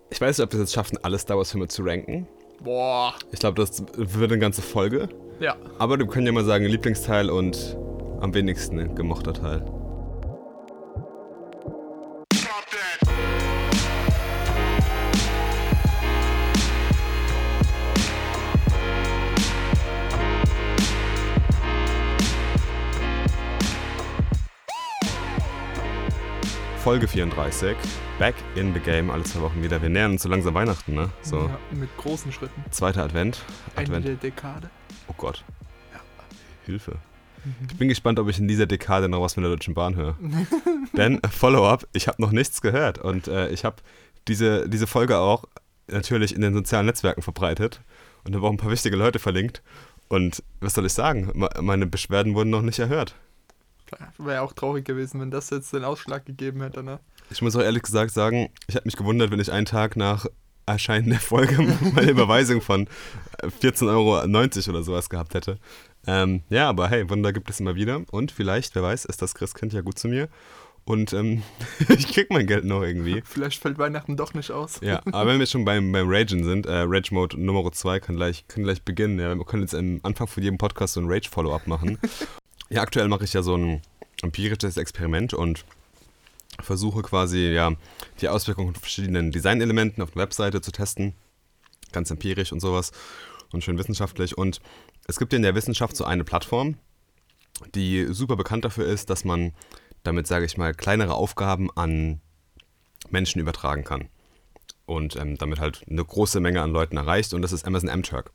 Ich weiß nicht, ob wir es jetzt schaffen, alle Star Wars-Filme zu ranken. Boah. Ich glaube, das wird eine ganze Folge. Ja. Aber wir können ja mal sagen, Lieblingsteil und am wenigsten gemochter Teil. Folge 34, back in the game, alle 2 Wochen wieder. Wir nähern uns so langsam Weihnachten, ne? So. Ja, mit großen Schritten. Zweiter Advent. Ende der Dekade. Oh Gott. Ja. Hilfe. Ich bin gespannt, ob ich in dieser Dekade noch was von der Deutschen Bahn höre. Denn, Follow-up, ich habe noch nichts gehört. Und ich habe diese Folge auch natürlich in den sozialen Netzwerken verbreitet. Und da waren ein paar wichtige Leute verlinkt. Und was soll ich sagen? Meine Beschwerden wurden noch nicht erhört. Wäre ja auch traurig gewesen, wenn das jetzt den Ausschlag gegeben hätte, ne? Ich muss auch ehrlich gesagt sagen, ich hätte mich gewundert, wenn ich einen Tag nach Erscheinen der Folge meine Überweisung von 14,90 € oder sowas gehabt hätte. Ja, aber hey, Wunder gibt es immer wieder. Und vielleicht, wer weiß, ist das Christkind ja gut zu mir. Und ich krieg mein Geld noch irgendwie. Vielleicht fällt Weihnachten doch nicht aus. Ja, aber wenn wir schon beim Ragen sind, Rage Mode Nummer 2 kann gleich beginnen. Ja, wir können jetzt am Anfang von jedem Podcast so ein Rage-Follow-up machen. Ja, aktuell mache ich ja so ein empirisches Experiment und versuche quasi ja die Auswirkungen von verschiedenen Designelementen auf der Webseite zu testen. Ganz empirisch und sowas und schön wissenschaftlich. Und es gibt ja in der Wissenschaft so eine Plattform, die super bekannt dafür ist, dass man damit, sage ich mal, kleinere Aufgaben an Menschen übertragen kann. Und damit halt eine große Menge an Leuten erreicht. Und das ist Amazon M-Turk.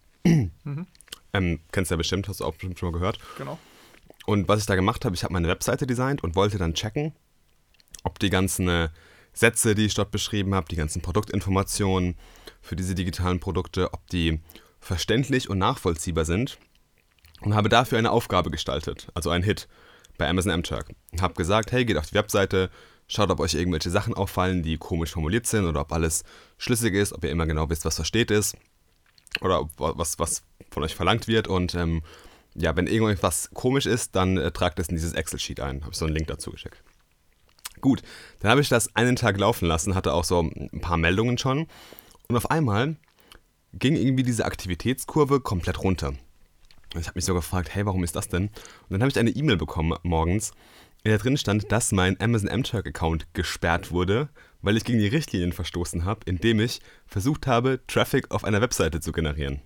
Kennst du ja bestimmt, hast du auch bestimmt schon mal gehört. Genau. Und was ich da gemacht habe, ich habe meine Webseite designt und wollte dann checken, ob die ganzen Sätze, die ich dort beschrieben habe, die ganzen Produktinformationen für diese digitalen Produkte, ob die verständlich und nachvollziehbar sind. Und habe dafür eine Aufgabe gestaltet, also einen Hit bei Amazon M-Turk. Und habe gesagt, hey, geht auf die Webseite, schaut, ob euch irgendwelche Sachen auffallen, die komisch formuliert sind oder ob alles schlüssig ist, ob ihr immer genau wisst, was da steht ist oder was von euch verlangt wird. Und ja, wenn irgendwas komisch ist, dann tragt es in dieses Excel-Sheet ein. Habe ich so einen Link dazu geschickt. Gut, dann habe ich das einen Tag laufen lassen, hatte auch so ein paar Meldungen schon. Und auf einmal ging irgendwie diese Aktivitätskurve komplett runter. Ich habe mich so gefragt, hey, warum ist das denn? Und dann habe ich eine E-Mail bekommen morgens, in der drin stand, dass mein Amazon M-Turk-Account gesperrt wurde, weil ich gegen die Richtlinien verstoßen habe, indem ich versucht habe, Traffic auf einer Webseite zu generieren.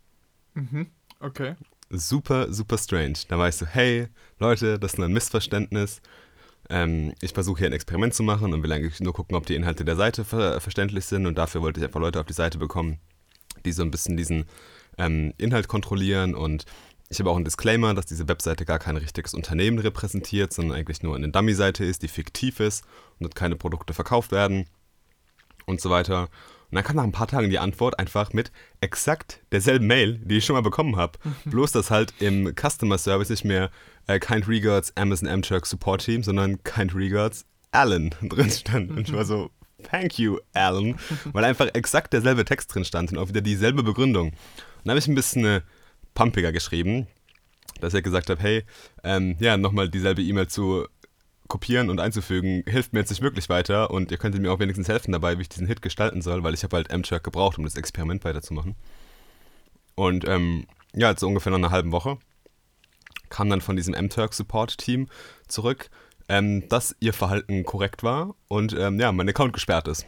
Okay. Super, super strange. Da war ich so, hey, Leute, das ist ein Missverständnis. Ich versuche hier ein Experiment zu machen und will eigentlich nur gucken, ob die Inhalte der Seite verständlich sind. Und dafür wollte ich einfach Leute auf die Seite bekommen, die so ein bisschen diesen Inhalt kontrollieren. Und ich habe auch einen Disclaimer, dass diese Webseite gar kein richtiges Unternehmen repräsentiert, sondern eigentlich nur eine Dummy-Seite ist, die fiktiv ist und dort keine Produkte verkauft werden und so weiter. Und dann kam nach ein paar Tagen die Antwort einfach mit exakt derselben Mail, die ich schon mal bekommen habe. Bloß, dass halt im Customer Service nicht mehr Kind Regards Amazon M-Turk Support Team, sondern Kind Regards Alan drin stand. Und ich war so, thank you, Alan. Weil einfach exakt derselbe Text drin stand und auch wieder dieselbe Begründung. Und dann habe ich ein bisschen pumpiger geschrieben, dass ich gesagt habe, hey, ja, nochmal dieselbe E-Mail zu kopieren und einzufügen, hilft mir jetzt nicht wirklich weiter und ihr könntet mir auch wenigstens helfen dabei, wie ich diesen Hit gestalten soll, weil ich habe halt M-Turk gebraucht, um das Experiment weiterzumachen. Und ja, jetzt so ungefähr nach einer halben Woche kam dann von diesem M-Turk-Support-Team zurück, dass ihr Verhalten korrekt war und ja, mein Account gesperrt ist.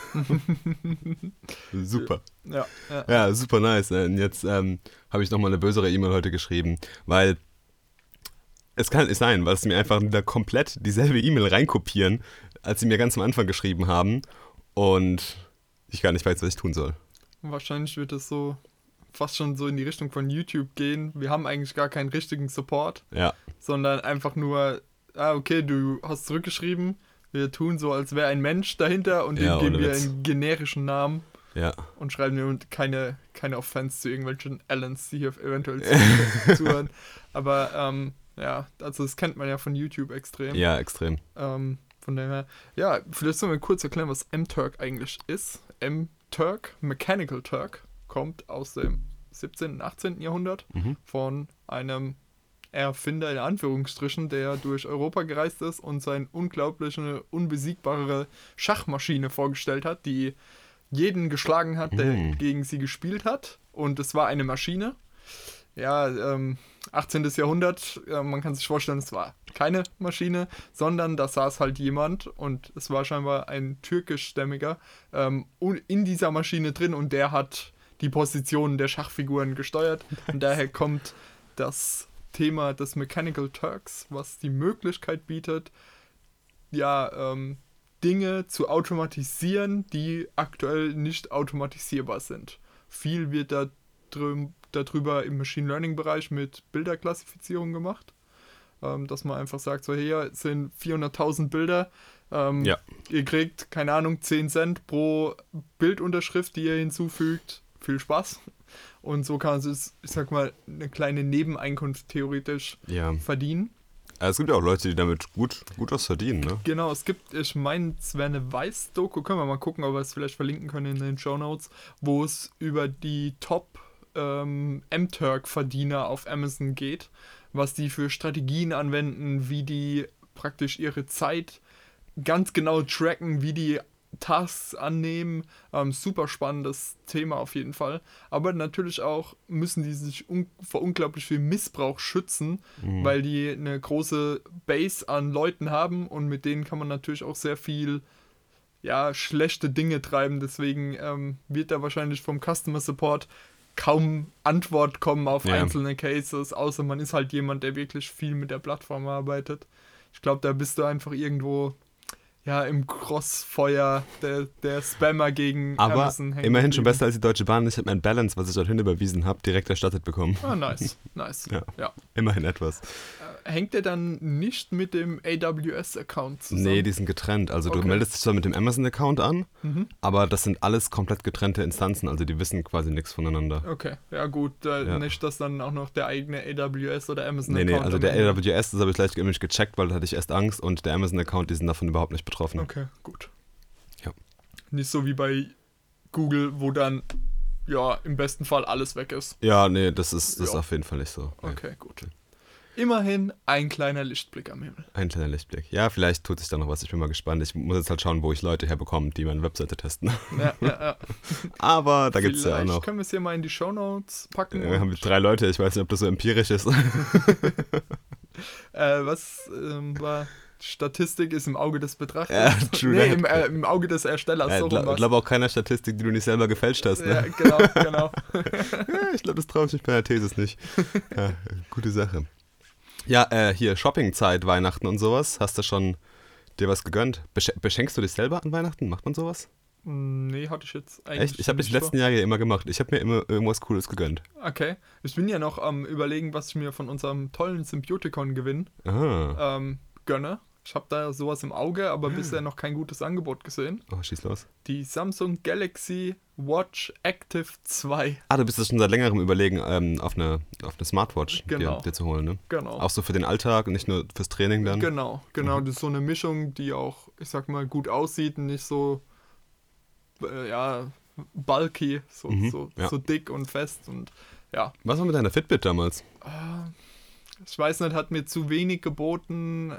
Super. Ja, super nice. Und jetzt habe ich nochmal eine bösere E-Mail heute geschrieben, weil es kann nicht sein, weil sie mir einfach wieder komplett dieselbe E-Mail reinkopieren, als sie mir ganz am Anfang geschrieben haben und ich gar nicht weiß, was ich tun soll. Wahrscheinlich wird es so fast schon so in die Richtung von YouTube gehen. Wir haben eigentlich gar keinen richtigen Support, sondern einfach nur, okay, du hast zurückgeschrieben, wir tun so, als wäre ein Mensch dahinter und dem geben wir einen generischen Namen und schreiben mir keine Offense zu irgendwelchen Allens, die hier eventuell zuhören. Aber ja, also das kennt man ja von YouTube extrem. Ja, extrem. Von dem her, ja, vielleicht sollen wir kurz erklären, was M-Turk eigentlich ist. M-Turk, Mechanical Turk, kommt aus dem 17. und 18. Jahrhundert von einem Erfinder in Anführungsstrichen, der durch Europa gereist ist und seine unglaubliche, unbesiegbare Schachmaschine vorgestellt hat, die jeden geschlagen hat, der gegen sie gespielt hat. Und es war eine Maschine. Ja, 18. Jahrhundert, man kann sich vorstellen, es war keine Maschine, sondern da saß halt jemand und es war scheinbar ein türkischstämmiger in dieser Maschine drin und der hat die Positionen der Schachfiguren gesteuert. Und daher kommt das Thema des Mechanical Turks, was die Möglichkeit bietet, ja, Dinge zu automatisieren, die aktuell nicht automatisierbar sind. Viel wird darüber im Machine Learning Bereich mit Bilderklassifizierung gemacht, dass man einfach sagt, so hier sind 400.000 Bilder, ihr kriegt, keine Ahnung, 10 Cent pro Bildunterschrift, die ihr hinzufügt, viel Spaß. Und so kann es, ich sag mal, eine kleine Nebeneinkunft theoretisch verdienen. Es gibt ja auch Leute, die damit gut was verdienen, ne? Genau, es gibt, ich meine, es wäre eine Weiß-Doku, können wir mal gucken, ob wir es vielleicht verlinken können in den Shownotes, wo es über die Top M-Turk-Verdiener auf Amazon geht, was die für Strategien anwenden, wie die praktisch ihre Zeit ganz genau tracken, wie die Tasks annehmen. Super spannendes Thema auf jeden Fall. Aber natürlich auch müssen die sich vor unglaublich viel Missbrauch schützen, weil die eine große Base an Leuten haben und mit denen kann man natürlich auch sehr viel schlechte Dinge treiben. Deswegen wird da wahrscheinlich vom Customer Support kaum Antwort kommen auf einzelne Cases, außer man ist halt jemand, der wirklich viel mit der Plattform arbeitet. Ich glaube, da bist du einfach irgendwo im Crossfeuer der Spammer gegen Amazon. Aber immerhin schon besser als die Deutsche Bahn. Ich habe mein Balance, was ich dorthin überwiesen habe, direkt erstattet bekommen. Ah, nice. Ja. Immerhin etwas. Hängt der dann nicht mit dem AWS-Account zusammen? Nee, die sind getrennt. Also du meldest dich zwar mit dem Amazon-Account an, aber das sind alles komplett getrennte Instanzen. Also die wissen quasi nichts voneinander. Okay, ja gut. Nicht, dass dann auch noch der eigene AWS oder Amazon-Account... Nee, also der AWS, das habe ich gleich nämlich gecheckt, weil da hatte ich erst Angst. Und der Amazon-Account, die sind davon überhaupt nicht betroffen. Okay, gut. Ja. Nicht so wie bei Google, wo dann im besten Fall alles weg ist. Ja, nee, das ist auf jeden Fall nicht so. Okay, gut. Immerhin ein kleiner Lichtblick am Himmel. Ein kleiner Lichtblick. Ja, vielleicht tut sich da noch was. Ich bin mal gespannt. Ich muss jetzt halt schauen, wo ich Leute herbekomme, die meine Webseite testen. Ja. Aber da gibt es ja auch noch. Können wir es hier mal in die Shownotes packen? Wir haben 3 Leute. Ich weiß nicht, ob das so empirisch ist. Was war... Statistik ist im Auge des Betrachters. Ja, true. Im Auge des Erstellers. Ich glaube auch keiner Statistik, die du nicht selber gefälscht hast. Ne? Ja, genau. Ich glaube, das traue ich mich bei der Thesis nicht. Ja, gute Sache. Ja, hier Shoppingzeit, Weihnachten und sowas. Hast du schon dir was gegönnt? Beschenkst du dich selber an Weihnachten? Macht man sowas? Nee, hatte ich jetzt eigentlich Echt? Ich habe das die letzten Jahre immer gemacht. Ich habe mir immer irgendwas Cooles gegönnt. Okay. Ich bin ja noch am Überlegen, was ich mir von unserem tollen Symbioticon-Gewinn gönne. Ich habe da sowas im Auge, aber bisher noch kein gutes Angebot gesehen. Oh, schieß los. Die Samsung Galaxy Watch Active 2. Ah, du bist das schon seit längerem Überlegen, auf eine Smartwatch dir zu holen, ne? Genau. Auch so für den Alltag und nicht nur fürs Training dann? Genau. Das ist so eine Mischung, die auch, ich sag mal, gut aussieht und nicht so, bulky, so dick und fest und ja. Was war mit deiner Fitbit damals? Ich weiß nicht, hat mir zu wenig geboten.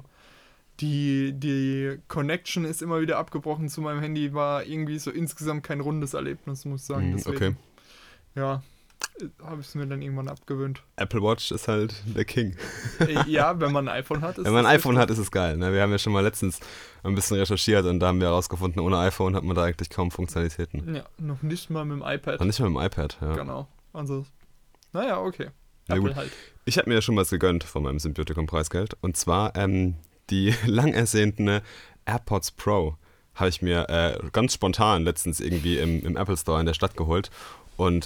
Die Connection ist immer wieder abgebrochen zu meinem Handy, war irgendwie so insgesamt kein rundes Erlebnis, muss ich sagen. Deswegen, habe ich es mir dann irgendwann abgewöhnt. Apple Watch ist halt der King. Ja, wenn man ein iPhone hat, wenn man ein iPhone hat, ist es geil. Ne? Wir haben ja schon mal letztens ein bisschen recherchiert und da haben wir herausgefunden, ohne iPhone hat man da eigentlich kaum Funktionalitäten. Ja, noch nicht mal mit dem iPad. Noch nicht mal mit dem iPad, ja. Genau. Also, naja, okay. Apple halt. Ich habe mir ja schon was gegönnt von meinem Symbioticon-Preisgeld. Und zwar die lang ersehnten AirPods Pro habe ich mir ganz spontan letztens irgendwie im Apple Store in der Stadt geholt. Und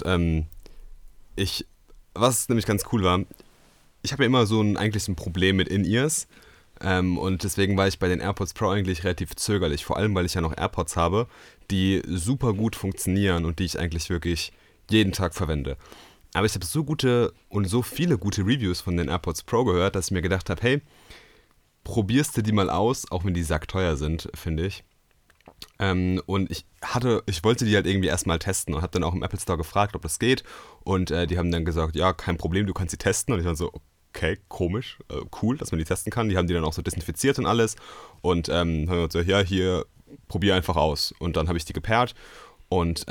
was nämlich ganz cool war, ich habe ja immer eigentlich so ein Problem mit In-Ears. Und deswegen war ich bei den AirPods Pro eigentlich relativ zögerlich. Vor allem, weil ich ja noch AirPods habe, die super gut funktionieren und die ich eigentlich wirklich jeden Tag verwende. Aber ich habe so gute und so viele gute Reviews von den AirPods Pro gehört, dass ich mir gedacht habe, hey, probierst du die mal aus, auch wenn die sackteuer sind, finde ich. Und ich wollte die halt irgendwie erstmal testen und habe dann auch im Apple Store gefragt, ob das geht. Und die haben dann gesagt, ja, kein Problem, du kannst sie testen. Und ich war so, okay, komisch, cool, dass man die testen kann. Die haben die dann auch so desinfiziert und alles. Und haben gesagt, ja, hier, probier einfach aus. Und dann habe ich die gepairt. und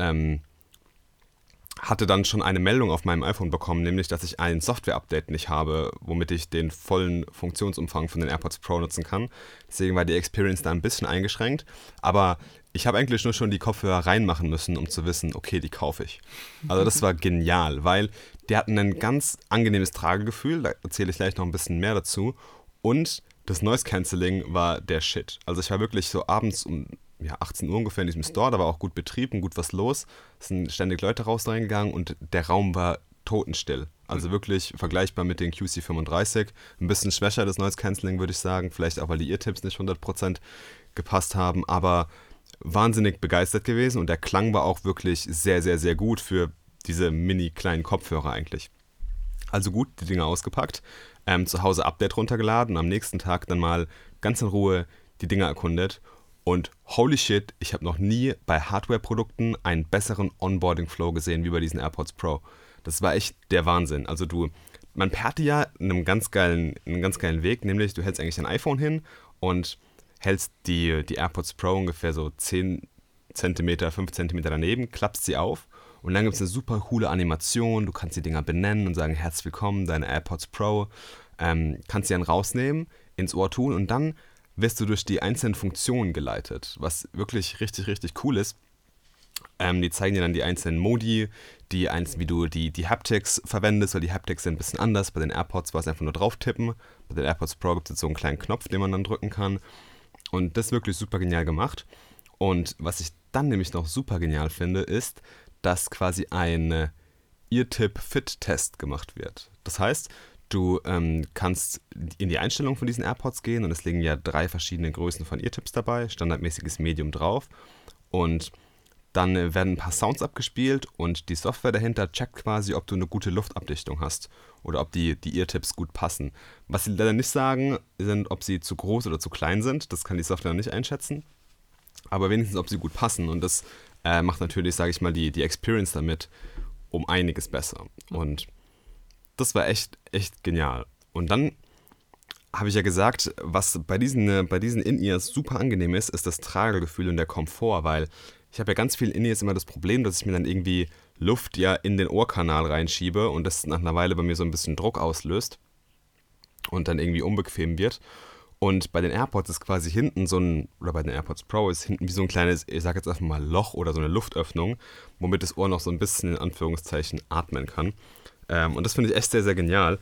hatte dann schon eine Meldung auf meinem iPhone bekommen, nämlich, dass ich ein Software-Update nicht habe, womit ich den vollen Funktionsumfang von den AirPods Pro nutzen kann. Deswegen war die Experience da ein bisschen eingeschränkt, aber ich habe eigentlich nur schon die Kopfhörer reinmachen müssen, um zu wissen, okay, die kaufe ich. Also das war genial, weil die hatten ein ganz angenehmes Tragegefühl, da erzähle ich gleich noch ein bisschen mehr dazu, und das Noise Cancelling war der Shit. Also ich war wirklich so abends um 18 Uhr ungefähr in diesem Store, da war auch gut Betrieb und gut was los. Es sind ständig Leute raus reingegangen und der Raum war totenstill. Also wirklich vergleichbar mit den QC35. Ein bisschen schwächer das Noise Cancelling, würde ich sagen. Vielleicht auch, weil die Eartips nicht 100% gepasst haben, aber wahnsinnig begeistert gewesen und der Klang war auch wirklich sehr, sehr, sehr gut für diese mini kleinen Kopfhörer eigentlich. Also gut, die Dinger ausgepackt, zu Hause Update runtergeladen, am nächsten Tag dann mal ganz in Ruhe die Dinger erkundet. Und holy shit, ich habe noch nie bei Hardware-Produkten einen besseren Onboarding-Flow gesehen wie bei diesen AirPods Pro. Das war echt der Wahnsinn. Also man pairt ja einen ganz geilen Weg, nämlich du hältst eigentlich dein iPhone hin und hältst die AirPods Pro ungefähr so 10 cm, 5 cm daneben, klappst sie auf und dann gibt es eine super coole Animation. Du kannst die Dinger benennen und sagen, herzlich willkommen, deine AirPods Pro. Kannst sie dann rausnehmen, ins Ohr tun und dann wirst du durch die einzelnen Funktionen geleitet, was wirklich richtig, richtig cool ist. Die zeigen dir dann die einzelnen Modi, wie du die Haptics verwendest, weil die Haptics sind ein bisschen anders. Bei den AirPods war es einfach nur drauf tippen. Bei den AirPods Pro gibt es jetzt so einen kleinen Knopf, den man dann drücken kann. Und das ist wirklich super genial gemacht. Und was ich dann nämlich noch super genial finde, ist, dass quasi ein Ear-Tip-Fit-Test gemacht wird. Das heißt, du kannst in die Einstellung von diesen AirPods gehen und es liegen ja 3 verschiedene Größen von Eartips dabei, standardmäßiges Medium drauf und dann werden ein paar Sounds abgespielt und die Software dahinter checkt quasi, ob du eine gute Luftabdichtung hast oder ob die Eartips gut passen. Was sie leider nicht sagen, sind, ob sie zu groß oder zu klein sind, das kann die Software nicht einschätzen, aber wenigstens, ob sie gut passen und das macht natürlich, sage ich mal, die Experience damit um einiges besser und das war echt, echt genial. Und dann habe ich ja gesagt, was bei diesen In-Ears super angenehm ist das Tragegefühl und der Komfort, weil ich habe ja ganz viel In-Ears immer das Problem, dass ich mir dann irgendwie Luft ja in den Ohrkanal reinschiebe und das nach einer Weile bei mir so ein bisschen Druck auslöst und dann irgendwie unbequem wird. Und bei den AirPods ist quasi hinten oder bei den AirPods Pro ist hinten wie so ein kleines, ich sage jetzt einfach mal Loch oder so eine Luftöffnung, womit das Ohr noch so ein bisschen in Anführungszeichen atmen kann. Und das finde ich echt sehr, sehr genial.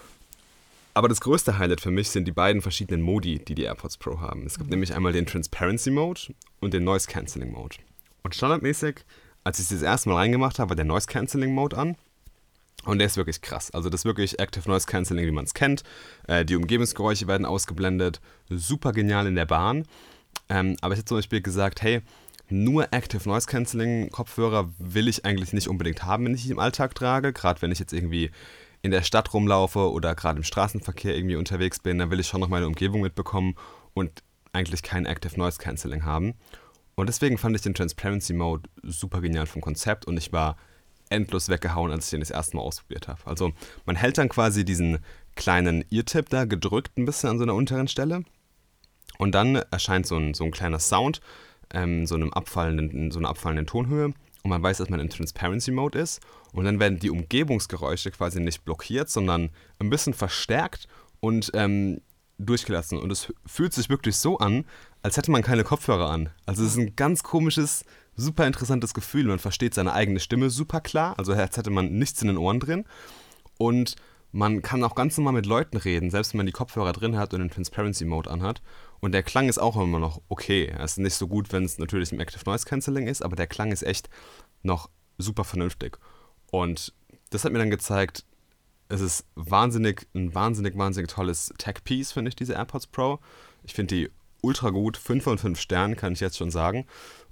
Aber das größte Highlight für mich sind die beiden verschiedenen Modi, die AirPods Pro haben. Es gibt nämlich einmal den Transparency Mode und den Noise Cancelling Mode. Und standardmäßig, als ich das erste Mal reingemacht habe, war der Noise Cancelling Mode an. Und der ist wirklich krass. Also das ist wirklich Active Noise Cancelling, wie man es kennt. Die Umgebungsgeräusche werden ausgeblendet. Super genial in der Bahn. Aber ich habe zum Beispiel gesagt, hey, nur Active Noise Cancelling Kopfhörer will ich eigentlich nicht unbedingt haben, wenn ich die im Alltag trage. Gerade wenn ich jetzt irgendwie in der Stadt rumlaufe oder gerade im Straßenverkehr irgendwie unterwegs bin, dann will ich schon noch meine Umgebung mitbekommen und eigentlich kein Active Noise Cancelling haben. Und deswegen fand ich den Transparency Mode super genial vom Konzept und ich war endlos weggehauen, als ich den das erste Mal ausprobiert habe. Also man hält dann quasi diesen kleinen Ear-Tip da gedrückt ein bisschen an so einer unteren Stelle und dann erscheint so ein kleiner Sound, so einer abfallenden Tonhöhe und man weiß, dass man in Transparency Mode ist und dann werden die Umgebungsgeräusche quasi nicht blockiert, sondern ein bisschen verstärkt und durchgelassen und es fühlt sich wirklich so an, als hätte man keine Kopfhörer an. Also es ist ein ganz komisches, super interessantes Gefühl. Man versteht seine eigene Stimme super klar, also als hätte man nichts in den Ohren drin und man kann auch ganz normal mit Leuten reden, selbst wenn man die Kopfhörer drin hat und den Transparency Mode anhat. Und der Klang ist auch immer noch okay. Er ist nicht so gut, wenn es natürlich im Active Noise Cancelling ist, aber der Klang ist echt noch super vernünftig. Und das hat mir dann gezeigt, es ist ein wahnsinnig tolles Tech-Piece, finde ich, diese AirPods Pro. Ich finde die ultra gut, 5 von 5 Sternen, kann ich jetzt schon sagen.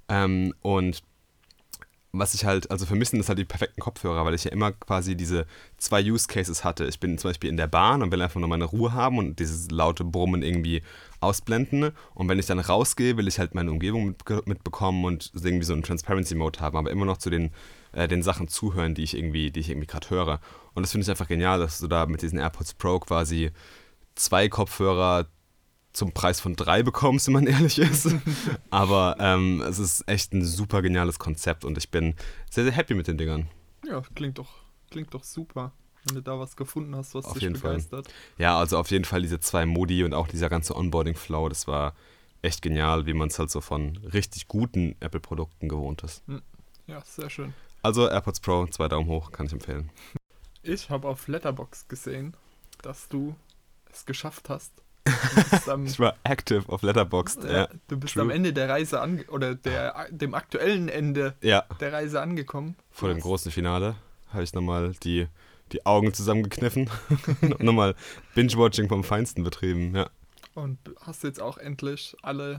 Und was ich halt, also für mich sind das halt die perfekten Kopfhörer, weil ich ja immer quasi diese 2 Use Cases hatte. Ich bin zum Beispiel in der Bahn und will einfach nur meine Ruhe haben und dieses laute Brummen irgendwie ausblenden. Und wenn ich dann rausgehe, will ich halt meine Umgebung mitbekommen und irgendwie so einen Transparency Mode haben, aber immer noch zu den Sachen zuhören, die ich irgendwie gerade höre. Und das finde ich einfach genial, dass du da mit diesen AirPods Pro quasi 2 Kopfhörer zum Preis von 3 bekommst, wenn man ehrlich ist. Aber es ist echt ein super geniales Konzept und ich bin sehr, sehr happy mit den Dingern. Ja, klingt doch super, wenn du da was gefunden hast, was auf dich jeden begeistert. Fall. Ja, also auf jeden Fall diese 2 Modi und auch dieser ganze Onboarding-Flow, das war echt genial, wie man es halt so von richtig guten Apple-Produkten gewohnt ist. Ja, sehr schön. Also AirPods Pro, 2 Daumen hoch, kann ich empfehlen. Ich habe auf Letterboxd gesehen, dass du es geschafft hast. Ich war active auf Letterboxd. Ja, du bist true. am Ende der Reise dem aktuellen Ende der Reise angekommen. Vor dem großen Finale habe ich nochmal die Augen zusammengekniffen und nochmal Binge-Watching vom Feinsten betrieben. Ja. Und hast jetzt auch endlich alle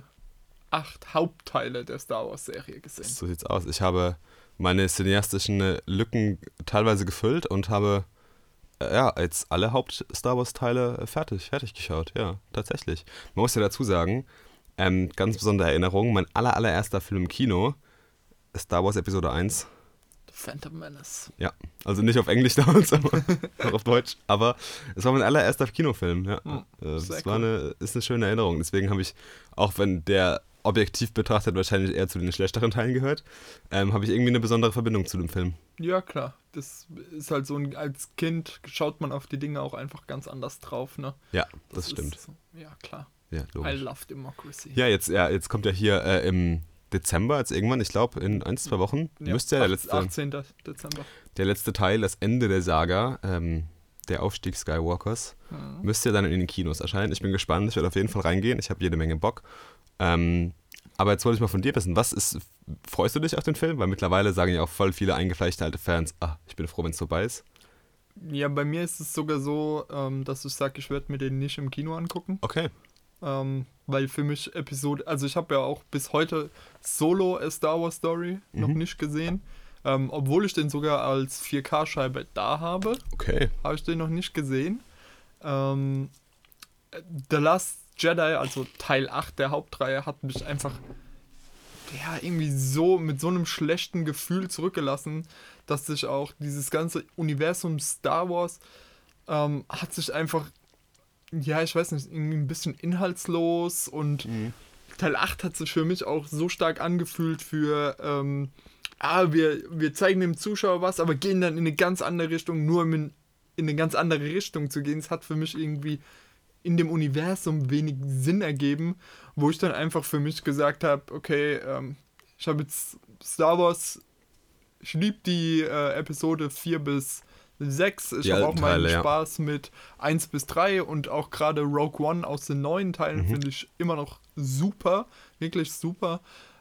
8 Hauptteile der Star Wars-Serie gesehen. So sieht's aus. Ich habe meine cineastischen Lücken teilweise gefüllt und habe jetzt alle Haupt-Star Wars-Teile fertig geschaut. Ja, tatsächlich. Man muss ja dazu sagen, ganz besondere Erinnerung, mein allererster Film im Kino, Star Wars Episode 1. The Phantom Menace. Ja, also nicht auf Englisch damals, aber auch auf Deutsch. Aber es war mein allererster Kinofilm. Ja. Das ist eine schöne Erinnerung. Deswegen habe ich, auch wenn der objektiv betrachtet wahrscheinlich eher zu den schlechteren Teilen gehört, habe ich irgendwie eine besondere Verbindung zu dem Film. Ja, klar. Das ist halt so, als Kind schaut man auf die Dinge auch einfach ganz anders drauf, ne? Ja, das stimmt. Ja, klar. Ja, logisch. I love democracy. Ja, jetzt kommt ja hier im Dezember, jetzt irgendwann, ich glaube in 1-2 Wochen, müsste ja der letzte... 18. Dezember. Der letzte Teil, das Ende der Saga, der Aufstieg Skywalkers, müsste ja dann in den Kinos erscheinen. Ich bin gespannt, ich werde auf jeden Fall reingehen, ich habe jede Menge Bock. Aber jetzt wollte ich mal von dir wissen, freust du dich auf den Film? Weil mittlerweile sagen ja auch voll viele eingefleischte alte Fans, ich bin froh, wenn es vorbei ist. Ja, bei mir ist es sogar so, dass ich sage, ich werde mir den nicht im Kino angucken. Okay. Weil für mich also ich habe ja auch bis heute Solo A Star Wars Story noch nicht gesehen. Obwohl ich den sogar als 4K-Scheibe da habe. Okay. Habe ich den noch nicht gesehen. The Last Jedi, also Teil 8 der Hauptreihe, hat mich einfach irgendwie so mit so einem schlechten Gefühl zurückgelassen, dass sich auch dieses ganze Universum Star Wars hat sich einfach, ich weiß nicht, irgendwie ein bisschen inhaltslos und Teil 8 hat sich für mich auch so stark angefühlt für wir zeigen dem Zuschauer was, aber gehen dann in eine ganz andere Richtung, nur in eine ganz andere Richtung zu gehen. Es hat für mich irgendwie in dem Universum wenig Sinn ergeben, wo ich dann einfach für mich gesagt habe, okay, ich habe jetzt Star Wars, ich liebe die Episode 4 bis 6, ich habe auch meinen Spaß mit 1 bis 3 und auch gerade Rogue One aus den neuen Teilen finde ich immer noch super, wirklich super.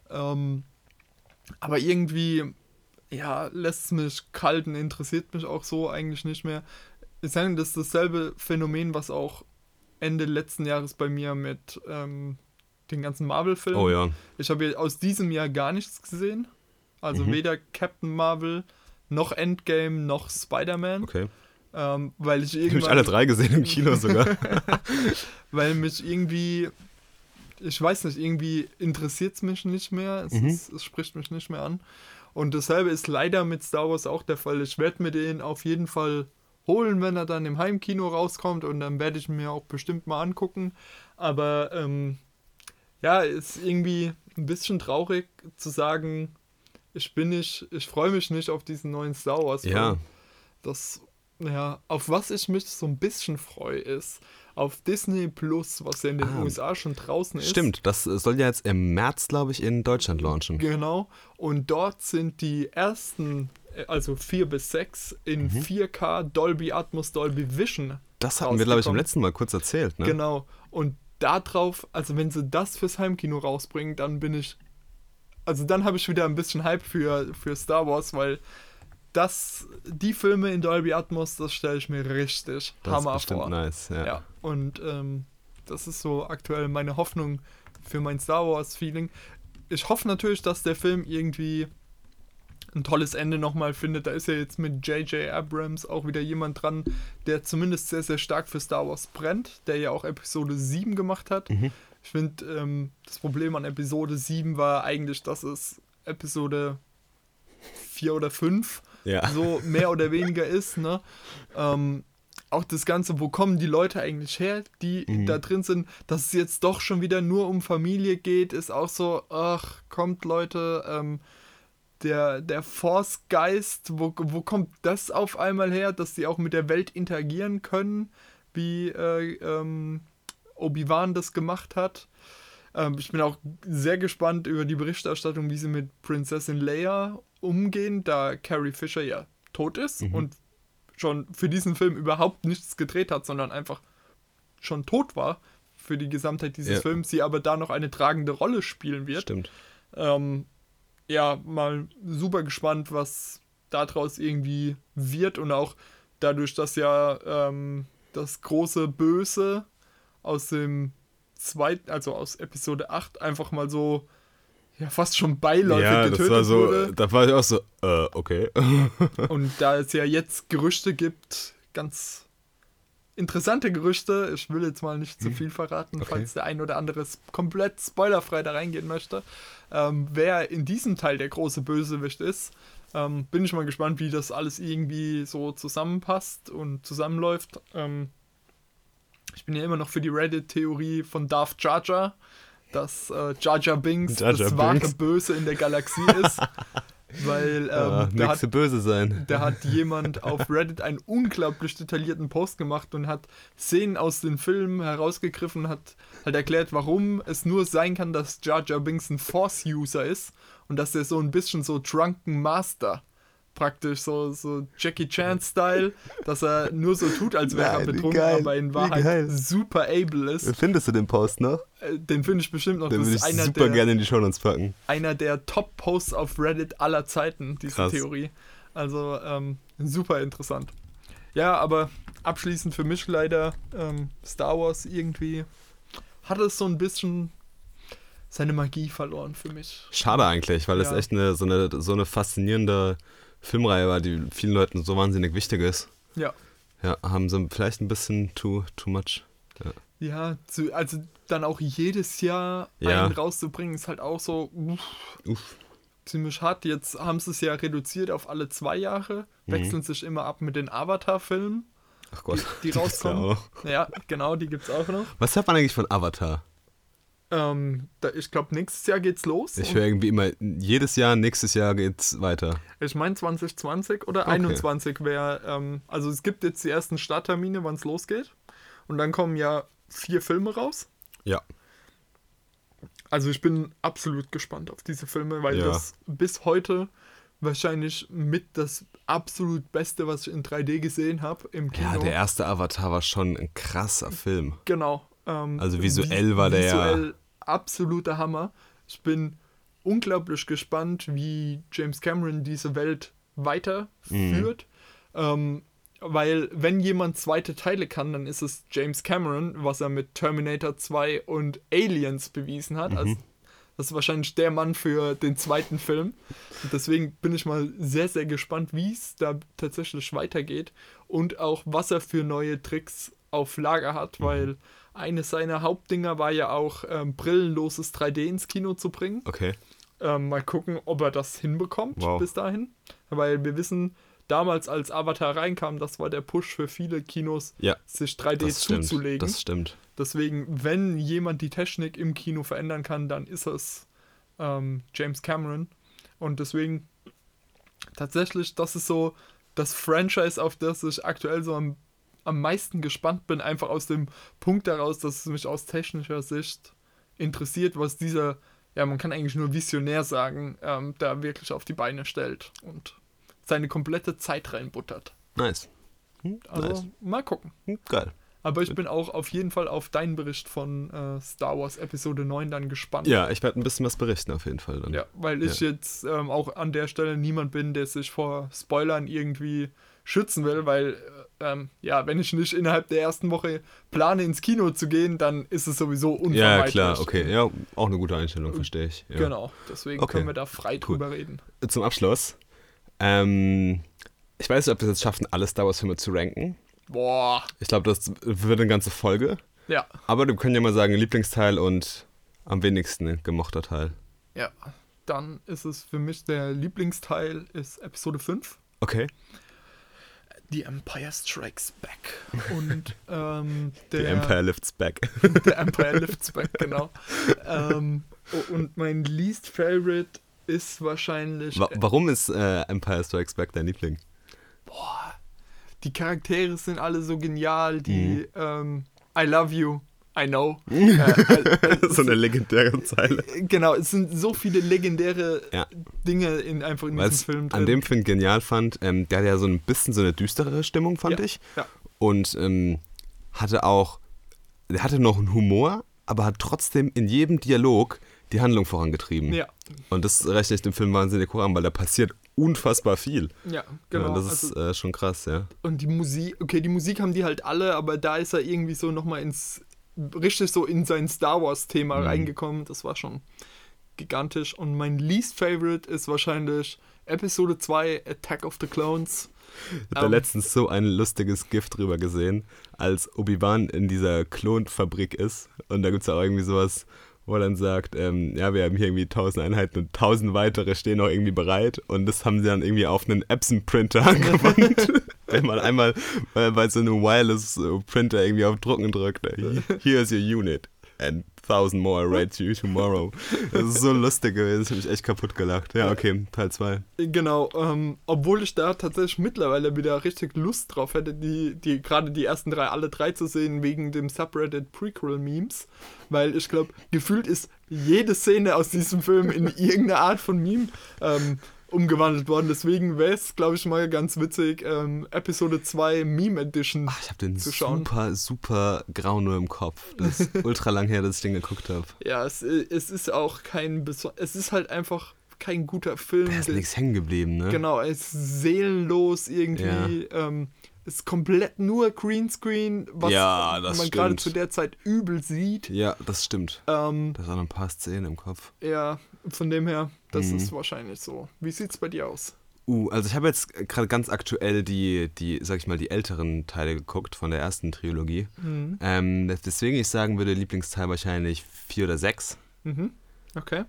Aber irgendwie, lässt es mich kalt und interessiert mich auch so eigentlich nicht mehr. Ich sage, das ist dasselbe Phänomen, was auch Ende letzten Jahres bei mir mit den ganzen Marvel-Filmen. Oh ja. Ich habe aus diesem Jahr gar nichts gesehen. Also weder Captain Marvel, noch Endgame, noch Spider-Man. Okay. Weil ich habe alle 3 gesehen im Kino sogar. Weil mich irgendwie, ich weiß nicht, irgendwie interessiert es mich nicht mehr. Es spricht mich nicht mehr an. Und dasselbe ist leider mit Star Wars auch der Fall. Ich werde mir den auf jeden Fall holen, wenn er dann im Heimkino rauskommt, und dann werde ich mir auch bestimmt mal angucken. Aber ist irgendwie ein bisschen traurig zu sagen, ich freue mich nicht auf diesen neuen Star Wars Film. Ja. Auf was ich mich so ein bisschen freue, ist auf Disney Plus, was ja in den USA schon draußen ist. Stimmt, das soll ja jetzt im März, glaube ich, in Deutschland launchen. Genau, und dort sind die ersten, also 4 bis 6 in 4K Dolby Atmos, Dolby Vision. Das hatten wir, glaube ich, im letzten Mal kurz erzählt, ne? Genau, und darauf, also wenn sie das fürs Heimkino rausbringen, dann dann habe ich wieder ein bisschen Hype für Star Wars, weil die Filme in Dolby Atmos, das stelle ich mir richtig Hammer vor. Nice, ja. Und das ist so aktuell meine Hoffnung für mein Star Wars Feeling. Ich hoffe natürlich, dass der Film irgendwie ein tolles Ende nochmal findet. Da ist ja jetzt mit J.J. Abrams auch wieder jemand dran, der zumindest sehr, sehr stark für Star Wars brennt, der ja auch Episode 7 gemacht hat. Ich finde, das Problem an Episode 7 war eigentlich, dass es Episode 4 oder 5 so mehr oder weniger ist, ne? auch das Ganze, wo kommen die Leute eigentlich her, die da drin sind, dass es jetzt doch schon wieder nur um Familie geht, ist auch so, ach, kommt Leute, der Force-Geist, wo kommt das auf einmal her, dass die auch mit der Welt interagieren können, wie Obi-Wan das gemacht hat. Ich bin auch sehr gespannt über die Berichterstattung, wie sie mit Prinzessin Leia umgehen, da Carrie Fisher ja tot ist und schon für diesen Film überhaupt nichts gedreht hat, sondern einfach schon tot war für die Gesamtheit dieses Films, sie aber da noch eine tragende Rolle spielen wird. Stimmt. Ja, mal super gespannt, was daraus irgendwie wird und auch dadurch, dass ja das große Böse aus dem also aus Episode 8 einfach mal so fast schon beiläufig getötet wurde. Da war ich auch so, okay. Und da es ja jetzt Gerüchte gibt, ganz interessante Gerüchte, ich will jetzt mal nicht zu viel verraten, falls der ein oder andere komplett spoilerfrei da reingehen möchte, wer in diesem Teil der große Bösewicht ist, bin ich mal gespannt, wie das alles irgendwie so zusammenpasst und zusammenläuft. Ich bin ja immer noch für die Reddit-Theorie von Darth Jar Jar, dass Jar Jar Binks das wahre Böse in der Galaxie ist. Weil da hat jemand auf Reddit einen unglaublich detaillierten Post gemacht und hat Szenen aus den Filmen herausgegriffen, hat halt erklärt, warum es nur sein kann, dass Jar Jar Binks ein Force-User ist und dass er so ein bisschen so Drunken Master praktisch, so Jackie Chan-Style, dass er nur so tut, als wäre er betrunken, aber in Wahrheit super able ist. Findest du den Post noch? Den finde ich bestimmt noch. Den würde ich super gerne in die Shownotes packen. Einer der Top-Posts auf Reddit aller Zeiten, diese Krass. Theorie. Also super interessant. Ja, aber abschließend für mich leider Star Wars irgendwie hat es so ein bisschen seine Magie verloren für mich. Schade eigentlich, weil es echt so eine faszinierende Filmreihe war, die vielen Leuten so wahnsinnig wichtig ist. Ja. Ja, haben sie vielleicht ein bisschen too much. Ja, also dann auch jedes Jahr einen rauszubringen, ist halt auch so ziemlich hart. Jetzt haben sie es ja reduziert auf alle 2 Jahre, wechseln sich immer ab mit den Avatar-Filmen. Ach Gott, die rauskommen. Ja, genau, die gibt's auch noch. Was hört man eigentlich von Avatar? Ich glaube, nächstes Jahr geht's los. Ich höre irgendwie immer, jedes Jahr, nächstes Jahr geht's weiter. Ich meine 2020 oder 21 wäre, also es gibt jetzt die ersten Starttermine, wann es losgeht. Und dann kommen ja 4 Filme raus. Ja. Also ich bin absolut gespannt auf diese Filme, weil das bis heute wahrscheinlich mit das absolut Beste, was ich in 3D gesehen habe im Kino. Ja, der erste Avatar war schon ein krasser Film. Genau. Also visuell war der absoluter Hammer. Ich bin unglaublich gespannt, wie James Cameron diese Welt weiterführt. Weil wenn jemand zweite Teile kann, dann ist es James Cameron, was er mit Terminator 2 und Aliens bewiesen hat. Also das ist wahrscheinlich der Mann für den zweiten Film. Und deswegen bin ich mal sehr, sehr gespannt, wie es da tatsächlich weitergeht und auch, was er für neue Tricks auf Lager hat, weil eines seiner Hauptdinger war ja auch, brillenloses 3D ins Kino zu bringen. Okay. Mal gucken, ob er das hinbekommt bis dahin. Weil wir wissen, damals als Avatar reinkam, das war der Push für viele Kinos, sich 3D zuzulegen. Das stimmt. Deswegen, wenn jemand die Technik im Kino verändern kann, dann ist es James Cameron. Und deswegen tatsächlich, das ist so das Franchise, auf das ich aktuell so am meisten gespannt bin, einfach aus dem Punkt daraus, dass es mich aus technischer Sicht interessiert, was dieser, man kann eigentlich nur Visionär sagen, da wirklich auf die Beine stellt und seine komplette Zeit reinbuttert. Nice. Also mal gucken. Geil. Aber ich bin auch auf jeden Fall auf deinen Bericht von Star Wars Episode 9 dann gespannt. Ja, ich werde ein bisschen was berichten auf jeden Fall dann. Ja, weil ich jetzt auch an der Stelle niemand bin, der sich vor Spoilern irgendwie schützen will, weil wenn ich nicht innerhalb der ersten Woche plane, ins Kino zu gehen, dann ist es sowieso unvermeidlich. Ja, klar, okay. Ja, auch eine gute Einstellung, verstehe ich. Ja. Genau, deswegen können wir da frei drüber reden. Zum Abschluss. Ich weiß nicht, ob wir es jetzt schaffen, alle Star Wars-Filme zu ranken. Boah. Ich glaube, das wird eine ganze Folge. Ja. Aber wir können ja mal sagen, Lieblingsteil und am wenigsten gemochter Teil. Ja, dann ist es für mich der Lieblingsteil ist Episode 5. Okay. The Empire Strikes Back. Und The Empire Lifts Back. The Empire Lifts Back, genau. Und mein least favorite ist wahrscheinlich... Warum ist Empire Strikes Back dein Liebling? Boah, die Charaktere sind alle so genial. Die I love you. I know. So eine legendäre Zeile. Genau, es sind so viele legendäre Dinge in diesem Film drin. An dem Film genial fand, der hat ja so ein bisschen so eine düsterere Stimmung, fand ich. Ja. Und der hatte noch einen Humor, aber hat trotzdem in jedem Dialog die Handlung vorangetrieben. Ja. Und das rechne ich dem Film wahnsinnig hoch an, weil da passiert unfassbar viel. Ja, genau. Das ist schon krass, ja. Und die Musik haben die halt alle, aber da ist er irgendwie so nochmal richtig so in sein Star Wars-Thema reingekommen. Das war schon gigantisch. Und mein least favorite ist wahrscheinlich Episode 2, Attack of the Clones. Ich habe da letztens so ein lustiges GIF drüber gesehen, als Obi-Wan in dieser Klonfabrik ist. Und da gibt es auch irgendwie sowas, wo er dann sagt, wir haben hier irgendwie 1000 Einheiten und 1000 weitere stehen auch irgendwie bereit. Und das haben sie dann irgendwie auf einen Epson-Printer angewandt. Wenn man einmal bei so einem Wireless-Printer irgendwie auf Drucken drückt, here's your unit and 1000 more await you tomorrow. Das ist so lustig gewesen, das habe ich echt kaputt gelacht. Ja, okay, Teil 2. Genau, obwohl ich da tatsächlich mittlerweile wieder richtig Lust drauf hätte, gerade die ersten alle drei zu sehen, wegen dem Subreddit Prequel-Memes, weil ich glaube, gefühlt ist jede Szene aus diesem Film in irgendeine Art von Meme umgewandelt worden. Deswegen wäre es, glaube ich, mal ganz witzig, Episode 2 Meme Edition ich habe den zu schauen. super grau nur im Kopf. Das ist ultra lang her, dass ich den geguckt habe. Ja, es ist auch es ist halt einfach kein guter Film. Da ist nichts hängen geblieben, ne? Genau, er ist seelenlos irgendwie. Ja. Ist komplett nur Greenscreen, was man gerade zu der Zeit übel sieht. Ja, das stimmt. Da sind noch ein paar Szenen im Kopf. Ja, von dem her, das ist wahrscheinlich so. Wie sieht's bei dir aus? Also ich habe jetzt gerade ganz aktuell die älteren Teile geguckt von der ersten Trilogie. Deswegen ich sagen würde, Lieblingsteil wahrscheinlich 4 oder 6. Okay.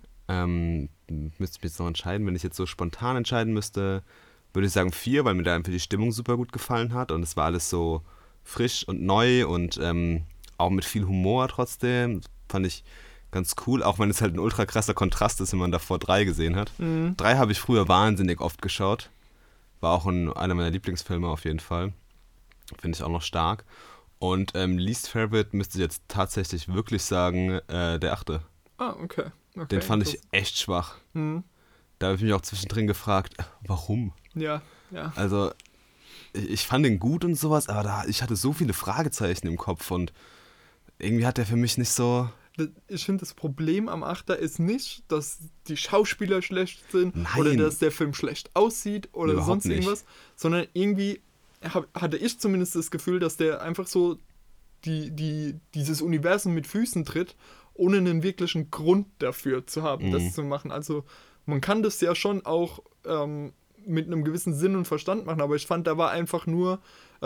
Müsste ich jetzt noch entscheiden. Wenn ich jetzt so spontan entscheiden müsste, würde ich sagen 4, weil mir da einfach die Stimmung super gut gefallen hat und es war alles so frisch und neu und auch mit viel Humor trotzdem. Fand ich ganz cool, auch wenn es halt ein ultra krasser Kontrast ist, wenn man davor 3 gesehen hat. 3 habe ich früher wahnsinnig oft geschaut. War auch einer meiner Lieblingsfilme auf jeden Fall. Finde ich auch noch stark. Und least favorite müsste ich jetzt tatsächlich wirklich sagen, der 8. Ah, okay. Den fand ich echt schwach. Da habe ich mich auch zwischendrin gefragt, warum? Ja. Also, ich fand den gut und sowas, aber ich hatte so viele Fragezeichen im Kopf und irgendwie hat der für mich nicht so... Ich finde, das Problem am Achter ist nicht, dass die Schauspieler schlecht sind. Nein. Oder dass der Film schlecht aussieht oder Überhaupt sonst irgendwas, sondern irgendwie hatte ich zumindest das Gefühl, dass der einfach so dieses Universum mit Füßen tritt, ohne einen wirklichen Grund dafür zu haben, das zu machen. Also man kann das ja schon auch mit einem gewissen Sinn und Verstand machen, aber ich fand, da war einfach nur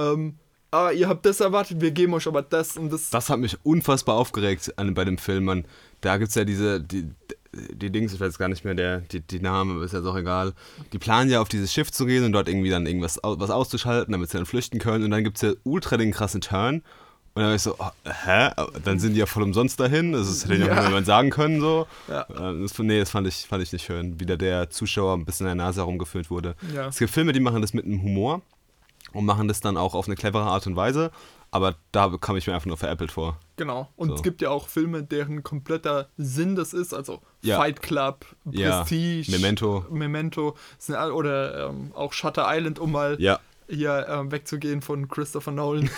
ihr habt das erwartet, wir geben euch aber das und das. Das hat mich unfassbar aufgeregt bei dem Film. Da gibt es ja die Dings, ich weiß gar nicht mehr die Namen, ist jetzt auch egal. Die planen ja auf dieses Schiff zu gehen und dort irgendwie dann irgendwas was auszuschalten, damit sie dann flüchten können. Und dann gibt es ja ultra den krassen Turn. Und dann war ich so, dann sind die ja voll umsonst dahin. Das hätte ja jemand sagen können. So. Ja. Das fand ich nicht schön. Wieder der Zuschauer ein bisschen in der Nase herumgefüllt wurde. Ja. Es gibt Filme, die machen das mit einem Humor und machen das dann auch auf eine clevere Art und Weise. Aber da kam ich mir einfach nur veräppelt vor. Genau. Und es gibt ja auch Filme, deren kompletter Sinn das ist. Also Fight Club, Prestige, Memento. Oder auch Shutter Island, um mal hier wegzugehen von Christopher Nolan.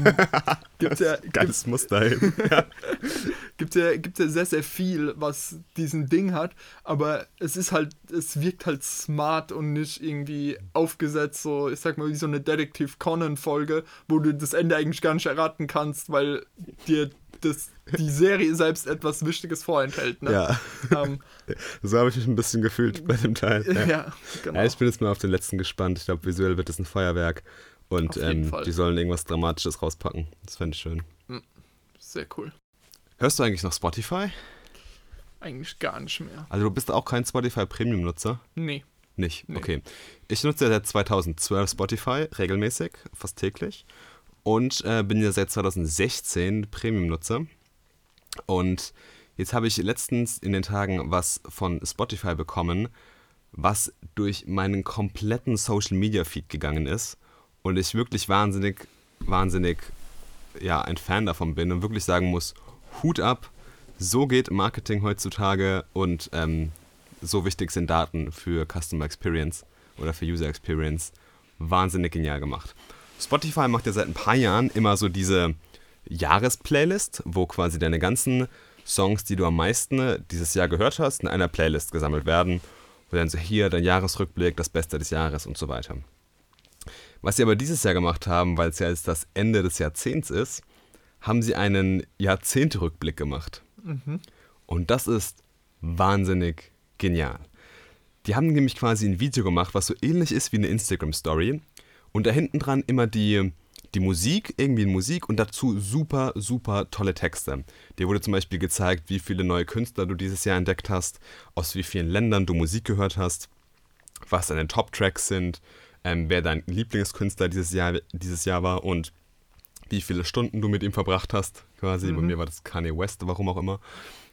Geiles Muster hin. Gibt's ja sehr, sehr viel, was diesen Ding hat, aber es wirkt halt smart und nicht irgendwie aufgesetzt, so, ich sag mal, wie so eine Detective Conan-Folge, wo du das Ende eigentlich gar nicht erraten kannst, weil dir die Serie selbst etwas Wichtiges vorenthält. Ne? Ja. So habe ich mich ein bisschen gefühlt bei dem Teil. Ja, genau. Ja, ich bin jetzt mal auf den letzten gespannt. Ich glaube, visuell wird es ein Feuerwerk. Und die sollen irgendwas Dramatisches rauspacken. Das fände ich schön. Sehr cool. Hörst du eigentlich noch Spotify? Eigentlich gar nicht mehr. Also du bist auch kein Spotify Premium-Nutzer? Nee. Nicht? Nee. Okay. Ich nutze ja seit 2012 Spotify regelmäßig, fast täglich. Und bin ja seit 2016 Premium-Nutzer. Und jetzt habe ich letztens in den Tagen was von Spotify bekommen, was durch meinen kompletten Social-Media-Feed gegangen ist. Und ich wirklich wahnsinnig, ja, ein Fan davon bin und wirklich sagen muss, Hut ab, so geht Marketing heutzutage und so wichtig sind Daten für Customer Experience oder für User Experience. Wahnsinnig genial gemacht. Spotify macht ja seit ein paar Jahren immer so diese Jahresplaylist, wo quasi deine ganzen Songs, die du am meisten dieses Jahr gehört hast, in einer Playlist gesammelt werden. Wo dann so hier dein Jahresrückblick, das Beste des Jahres und so weiter. Was sie aber dieses Jahr gemacht haben, weil es ja jetzt das Ende des Jahrzehnts ist, haben sie einen Jahrzehnterückblick gemacht. Und das ist wahnsinnig genial. Die haben nämlich quasi ein Video gemacht, was so ähnlich ist wie eine Instagram-Story. Und da hinten dran immer die Musik, irgendwie Musik und dazu super, super tolle Texte. Dir wurde zum Beispiel gezeigt, wie viele neue Künstler du dieses Jahr entdeckt hast, aus wie vielen Ländern du Musik gehört hast, was deine Top-Tracks sind, wer dein Lieblingskünstler dieses Jahr war und wie viele Stunden du mit ihm verbracht hast, quasi. Bei mir war das Kanye West, warum auch immer.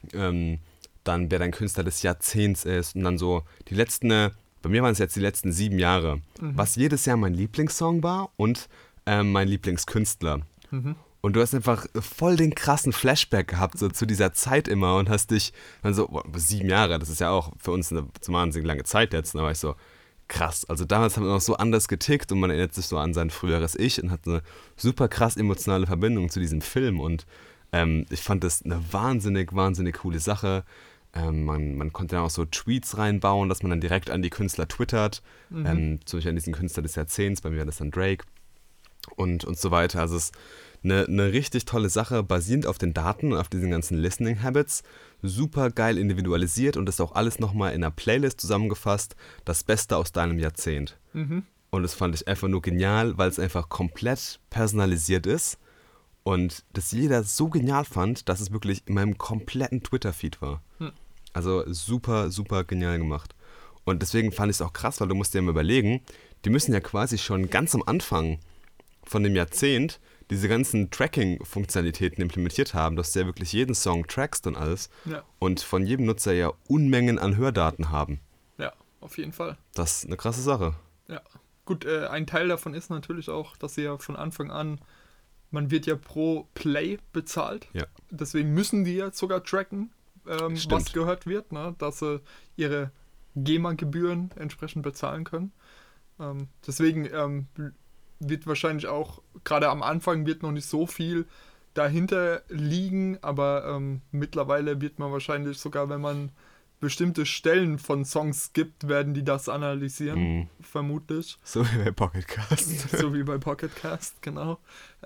Dann wer dein Künstler des Jahrzehnts ist und dann so die letzten, bei mir waren es jetzt die letzten 7 Jahre, was jedes Jahr mein Lieblingssong war und mein Lieblingskünstler. Und du hast einfach voll den krassen Flashback gehabt, so zu dieser Zeit immer und hast dich dann so, 7 Jahre, das ist ja auch für uns eine wahnsinnig lange Zeit jetzt, da war ich so, krass. Also damals haben wir noch so anders getickt und man erinnert sich so an sein früheres Ich und hat eine super krass emotionale Verbindung zu diesem Film und ich fand das eine wahnsinnig, wahnsinnig coole Sache. Man konnte dann auch so Tweets reinbauen, dass man dann direkt an die Künstler twittert, zum Beispiel an diesen Künstler des Jahrzehnts, bei mir war das dann Drake und so weiter. Also es ist eine richtig tolle Sache, basierend auf den Daten und auf diesen ganzen Listening Habits, super geil individualisiert und ist auch alles nochmal in einer Playlist zusammengefasst, das Beste aus deinem Jahrzehnt. Und das fand ich einfach nur genial, weil es einfach komplett personalisiert ist und das jeder so genial fand, dass es wirklich in meinem kompletten Twitter-Feed war. Also super, super genial gemacht. Und deswegen fand ich es auch krass, weil du musst dir mal überlegen, die müssen ja quasi schon ganz am Anfang von dem Jahrzehnt diese ganzen Tracking-Funktionalitäten implementiert haben, dass du ja wirklich jeden Song trackst und alles und von jedem Nutzer ja Unmengen an Hördaten haben. Ja, auf jeden Fall. Das ist eine krasse Sache. Ja, gut, ein Teil davon ist natürlich auch, dass sie ja von Anfang an, man wird ja pro Play bezahlt, deswegen müssen die ja sogar tracken, was gehört wird, ne? Dass sie ihre GEMA-Gebühren entsprechend bezahlen können. Deswegen wird wahrscheinlich auch, gerade am Anfang wird noch nicht so viel dahinter liegen, aber mittlerweile wird man wahrscheinlich sogar, wenn man bestimmte Stellen von Songs gibt, werden die das analysieren, vermutlich. So wie bei Pocket Cast. So wie bei Pocket Cast, genau.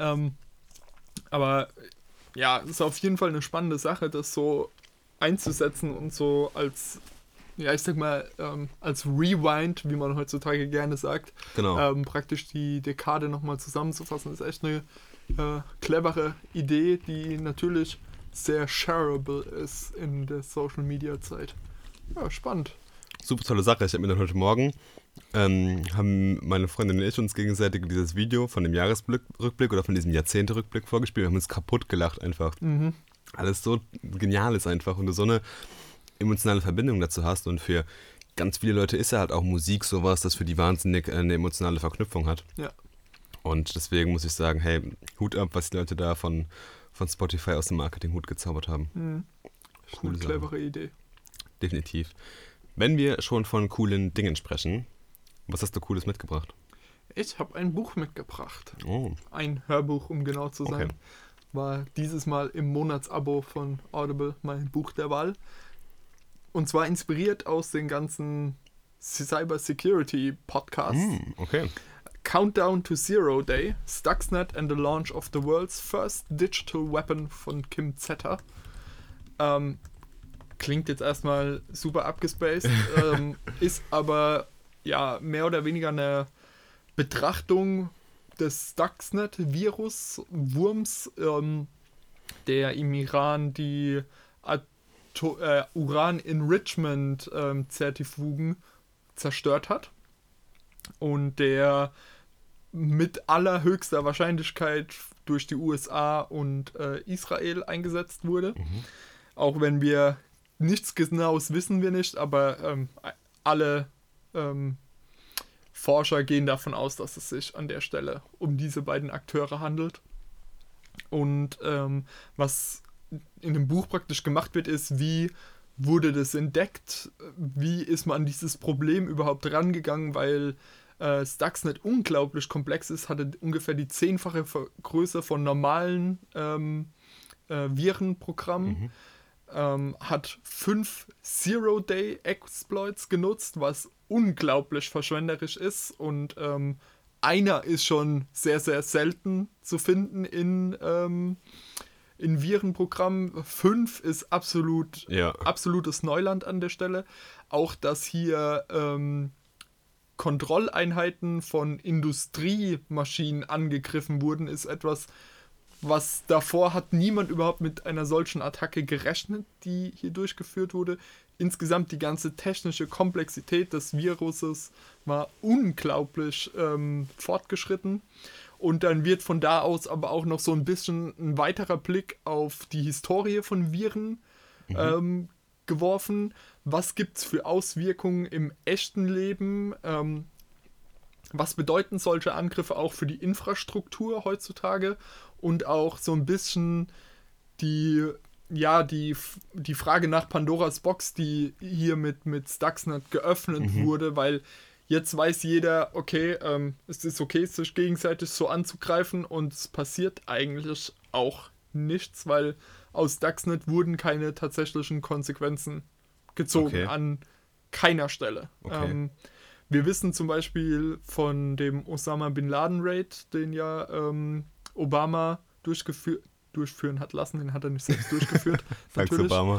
Aber ja, es ist auf jeden Fall eine spannende Sache, das so einzusetzen und so als, ja, ich sag mal, als Rewind, wie man heutzutage gerne sagt, praktisch die Dekade nochmal zusammenzufassen, ist echt eine clevere Idee, die natürlich sehr shareable ist in der Social-Media-Zeit. Ja, spannend. Super tolle Sache. Ich habe mir dann heute Morgen, haben meine Freundin und ich uns gegenseitig dieses Video von dem Jahresrückblick oder von diesem Jahrzehnte-Rückblick vorgespielt. Wir haben uns kaputt gelacht einfach. Alles so genial ist einfach und du so eine emotionale Verbindung dazu hast und für ganz viele Leute ist ja halt auch Musik sowas, das für die wahnsinnig eine emotionale Verknüpfung hat. Ja. Und deswegen muss ich sagen, hey, Hut ab, was die Leute da von Spotify aus dem Marketing-Hut gezaubert haben. Coole, eine clevere Idee. Definitiv. Wenn wir schon von coolen Dingen sprechen, was hast du Cooles mitgebracht? Ich habe ein Buch mitgebracht. Oh. Ein Hörbuch, um genau zu sein. Okay. War dieses Mal im Monatsabo von Audible mein Buch der Wahl. Und zwar inspiriert aus den ganzen Cybersecurity-Podcasts. Okay. Countdown to Zero Day, Stuxnet and the Launch of the World's First Digital Weapon von Kim Zetter. Klingt jetzt erstmal super abgespaced, ist aber ja mehr oder weniger eine Betrachtung des Stuxnet-Virus-Wurms, der im Iran die Uran-Enrichment-Zentrifugen zerstört hat und der mit allerhöchster Wahrscheinlichkeit durch die USA und Israel eingesetzt wurde. Auch wenn wir nichts Genaues wissen wir nicht, aber alle Forscher gehen davon aus, dass es sich an der Stelle um diese beiden Akteure handelt. Und was in dem Buch praktisch gemacht wird, ist, wie wurde das entdeckt? Wie ist man an dieses Problem überhaupt rangegangen? Weil Stuxnet unglaublich komplex ist, hatte ungefähr die 10-fache Größe von normalen Virenprogrammen. Hat 5 Zero-Day-Exploits genutzt, was unglaublich verschwenderisch ist. Und einer ist schon sehr, sehr selten zu finden in Virenprogrammen. 5 ist absolutes Neuland an der Stelle. Auch, dass hier Kontrolleinheiten von Industriemaschinen angegriffen wurden, ist etwas, was davor hat niemand überhaupt mit einer solchen Attacke gerechnet, die hier durchgeführt wurde. Insgesamt die ganze technische Komplexität des Viruses war unglaublich fortgeschritten. Und dann wird von da aus aber auch noch so ein bisschen ein weiterer Blick auf die Historie von Viren geworfen. Was gibt es für Auswirkungen im echten Leben? Was bedeuten solche Angriffe auch für die Infrastruktur heutzutage? Und auch so ein bisschen die Frage nach Pandoras Box, die hier mit Stuxnet geöffnet wurde, weil jetzt weiß jeder, okay, es ist okay, sich gegenseitig so anzugreifen und es passiert eigentlich auch nichts, weil aus Stuxnet wurden keine tatsächlichen Konsequenzen gezogen, an keiner Stelle. Okay. Wir wissen zum Beispiel von dem Osama Bin Laden Raid, den ja Obama durchführen hat lassen, den hat er nicht selbst durchgeführt. Thanks Obama.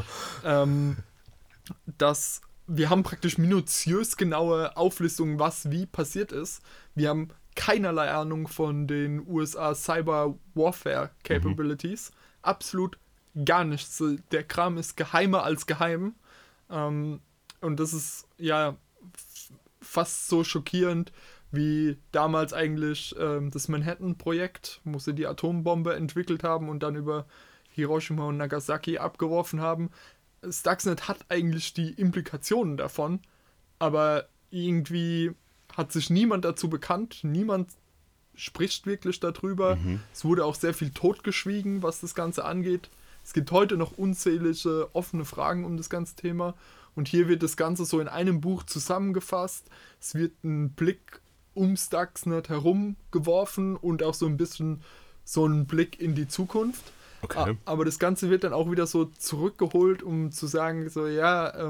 Dass wir haben praktisch minutiös genaue Auflistungen, was wie passiert ist. Wir haben keinerlei Ahnung von den USA Cyber Warfare Capabilities. Absolut gar nichts. Der Kram ist geheimer als geheim. Und das ist ja fast so schockierend wie damals eigentlich das Manhattan-Projekt, wo sie die Atombombe entwickelt haben und dann über Hiroshima und Nagasaki abgeworfen haben. Stuxnet hat eigentlich die Implikationen davon, aber irgendwie hat sich niemand dazu bekannt, niemand spricht wirklich darüber. Es wurde auch sehr viel totgeschwiegen, was das Ganze angeht. Es gibt heute noch unzählige offene Fragen um das ganze Thema und hier wird das Ganze so in einem Buch zusammengefasst. Es wird ein Blick um Stuxnet herum geworfen und auch so ein bisschen so ein Blick in die Zukunft. Okay. Aber das Ganze wird dann auch wieder so zurückgeholt, um zu sagen, so ja,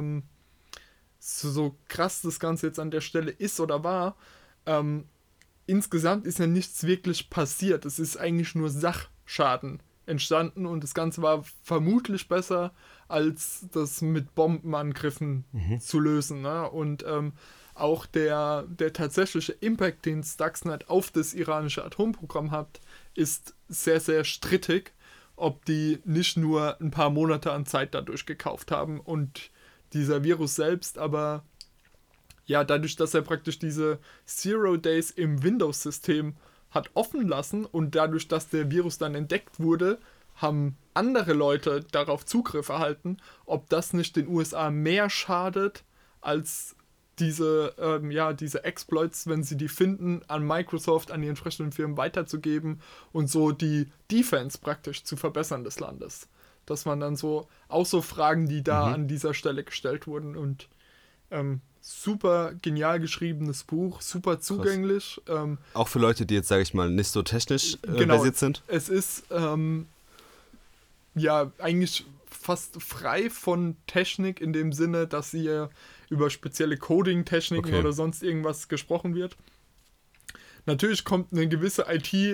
so krass das Ganze jetzt an der Stelle ist oder war, insgesamt ist ja nichts wirklich passiert. Es ist eigentlich nur Sachschaden entstanden und das Ganze war vermutlich besser, als das mit Bombenangriffen zu lösen. Ne? Und auch der tatsächliche Impact, den Stuxnet auf das iranische Atomprogramm hat, ist sehr, sehr strittig, ob die nicht nur ein paar Monate an Zeit dadurch gekauft haben und dieser Virus selbst, aber ja, dadurch, dass er praktisch diese Zero Days im Windows-System hat offen lassen und dadurch, dass der Virus dann entdeckt wurde, haben andere Leute darauf Zugriff erhalten, ob das nicht den USA mehr schadet, als diese Exploits, wenn sie die finden, an Microsoft, an die entsprechenden Firmen weiterzugeben und so die Defense praktisch zu verbessern des Landes. Dass man dann so, auch so Fragen, die da an dieser Stelle gestellt wurden und super genial geschriebenes Buch, super zugänglich. Auch für Leute, die jetzt, sage ich mal, nicht so technisch versiert sind? Es ist eigentlich fast frei von Technik in dem Sinne, dass ihr über spezielle Coding-Techniken oder sonst irgendwas gesprochen wird. Natürlich kommt eine gewisse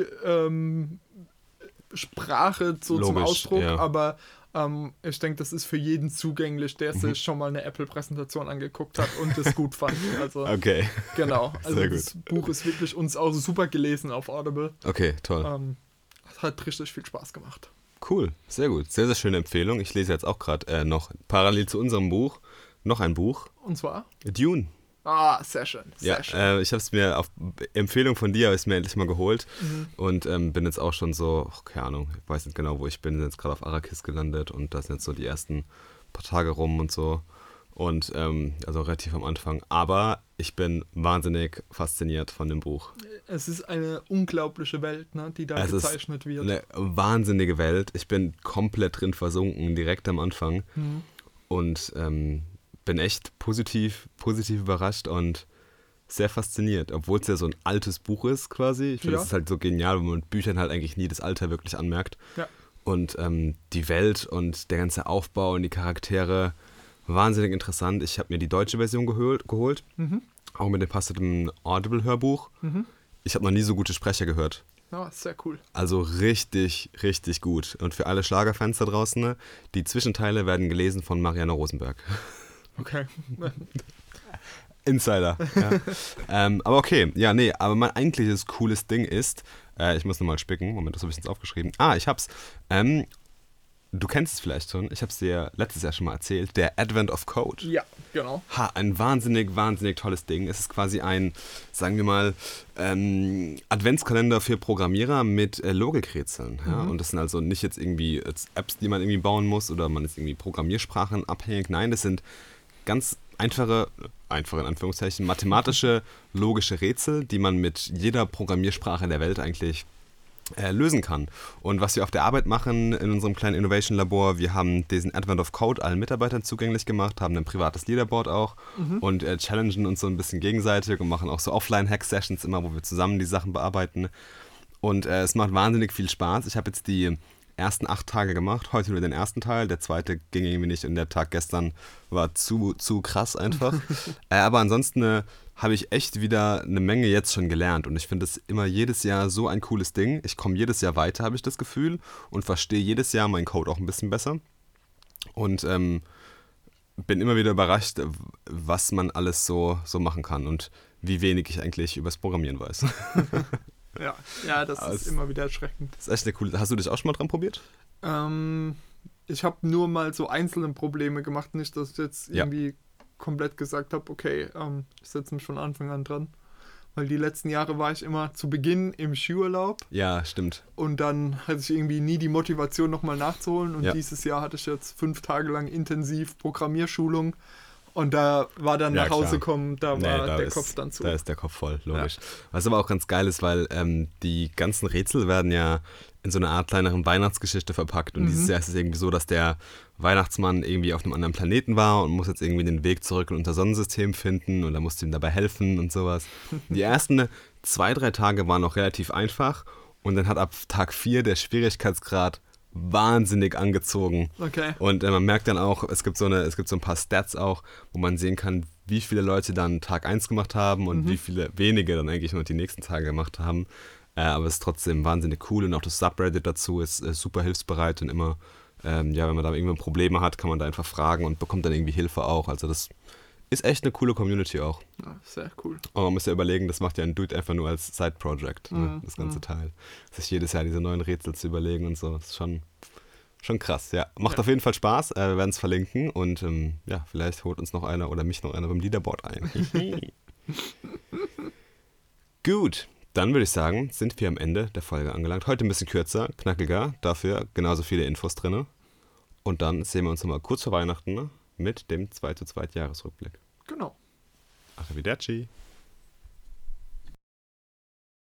IT-Sprache zum Ausdruck, aber ich denke, das ist für jeden zugänglich, der sich schon mal eine Apple-Präsentation angeguckt hat und es gut fand. Also, okay. Genau. Also das Buch ist wirklich uns auch super gelesen auf Audible. Okay, toll. Hat richtig viel Spaß gemacht. Cool, sehr gut. Sehr, sehr schöne Empfehlung. Ich lese jetzt auch gerade noch parallel zu unserem Buch noch ein Buch. Und zwar? Dune. Ah, sehr schön. Sehr schön. Ich habe es mir auf Empfehlung von dir, habe ich es mir endlich mal geholt und bin jetzt auch schon so, keine Ahnung, ich weiß nicht genau, wo ich bin jetzt gerade auf Arrakis gelandet und da sind jetzt so die ersten paar Tage rum und so und also relativ am Anfang, aber ich bin wahnsinnig fasziniert von dem Buch. Es ist eine unglaubliche Welt, ne, die da gezeichnet wird. Eine wahnsinnige Welt, ich bin komplett drin versunken, direkt am Anfang und bin echt positiv überrascht und sehr fasziniert, obwohl es ja so ein altes Buch ist quasi. Ich finde, das ist halt so genial, weil man mit Büchern halt eigentlich nie das Alter wirklich anmerkt. Ja. Und die Welt und der ganze Aufbau und die Charaktere, wahnsinnig interessant. Ich habe mir die deutsche Version geholt, auch mit dem passenden Audible-Hörbuch. Ich habe noch nie so gute Sprecher gehört. Ja, sehr cool. Also richtig, richtig gut. Und für alle Schlagerfans da draußen, ne, die Zwischenteile werden gelesen von Marianne Rosenberg. Okay. Insider. Ja. Aber okay, ja, nee, aber mein eigentliches cooles Ding ist, ich muss nochmal spicken, Moment, das habe ich jetzt aufgeschrieben. Ich hab's. Du kennst es vielleicht schon, ich habe es dir letztes Jahr schon mal erzählt, der Advent of Code. Ja, genau. Ein wahnsinnig, wahnsinnig tolles Ding. Es ist quasi ein, sagen wir mal, Adventskalender für Programmierer mit Logikrätseln. Ja? Und das sind also nicht jetzt irgendwie Apps, die man irgendwie bauen muss oder man ist irgendwie Programmiersprachen abhängig. Nein, das sind ganz einfache in Anführungszeichen, mathematische, logische Rätsel, die man mit jeder Programmiersprache der Welt eigentlich lösen kann. Und was wir auf der Arbeit machen in unserem kleinen Innovation-Labor, wir haben diesen Advent of Code allen Mitarbeitern zugänglich gemacht, haben ein privates Leaderboard auch und challengen uns so ein bisschen gegenseitig und machen auch so Offline-Hack-Sessions immer, wo wir zusammen die Sachen bearbeiten. Und es macht wahnsinnig viel Spaß. Ich habe jetzt die ersten 8 Tage gemacht, heute nur den ersten Teil, der zweite ging irgendwie nicht und der Tag gestern war zu krass einfach. Aber ansonsten habe ich echt wieder eine Menge jetzt schon gelernt und ich finde es immer jedes Jahr so ein cooles Ding. Ich komme jedes Jahr weiter, habe ich das Gefühl, und verstehe jedes Jahr meinen Code auch ein bisschen besser und bin immer wieder überrascht, was man alles so machen kann und wie wenig ich eigentlich übers Programmieren weiß. Ja, das ist immer wieder erschreckend. Das ist echt eine coole. Hast du dich auch schon mal dran probiert? Ich habe nur mal so einzelne Probleme gemacht, nicht, dass ich jetzt irgendwie komplett gesagt habe, okay, ich setze mich von Anfang an dran. Weil die letzten Jahre war ich immer zu Beginn im Skiurlaub. Ja, stimmt. Und dann hatte ich irgendwie nie die Motivation, nochmal nachzuholen. Und dieses Jahr hatte ich jetzt 5 Tage lang intensiv Programmierschulung. Und da war dann nach Hause kommen, da war der Kopf dann zu. Da ist der Kopf voll, logisch. Ja. Was aber auch ganz geil ist, weil die ganzen Rätsel werden ja in so eine Art kleineren Weihnachtsgeschichte verpackt. Und dieses Jahr ist es irgendwie so, dass der Weihnachtsmann irgendwie auf einem anderen Planeten war und muss jetzt irgendwie den Weg zurück in unser Sonnensystem finden und da musste ihm dabei helfen und sowas. Die ersten 2-3 Tage waren noch relativ einfach und dann hat ab Tag 4 der Schwierigkeitsgrad wahnsinnig angezogen. Okay. Und man merkt dann auch, es gibt so ein paar Stats auch, wo man sehen kann, wie viele Leute dann Tag 1 gemacht haben und wie viele wenige dann eigentlich noch die nächsten Tage gemacht haben. Aber es ist trotzdem wahnsinnig cool und auch das Subreddit dazu ist super hilfsbereit und immer, wenn man da irgendwie Probleme hat, kann man da einfach fragen und bekommt dann irgendwie Hilfe auch. Also das ist echt eine coole Community auch. Ja, sehr cool. Aber man muss ja überlegen, das macht ja ein Dude einfach nur als Side-Project, das ganze Teil. Sich jedes Jahr diese neuen Rätsel zu überlegen und so, das ist schon krass, ja. Macht auf jeden Fall Spaß, wir werden es verlinken und vielleicht holt uns noch einer oder mich noch einer beim Leaderboard ein. Gut, dann würde ich sagen, sind wir am Ende der Folge angelangt. Heute ein bisschen kürzer, knackiger, dafür genauso viele Infos drin. Und dann sehen wir uns nochmal kurz vor Weihnachten mit dem 2:2 Jahresrückblick. Genau. Arrivederci.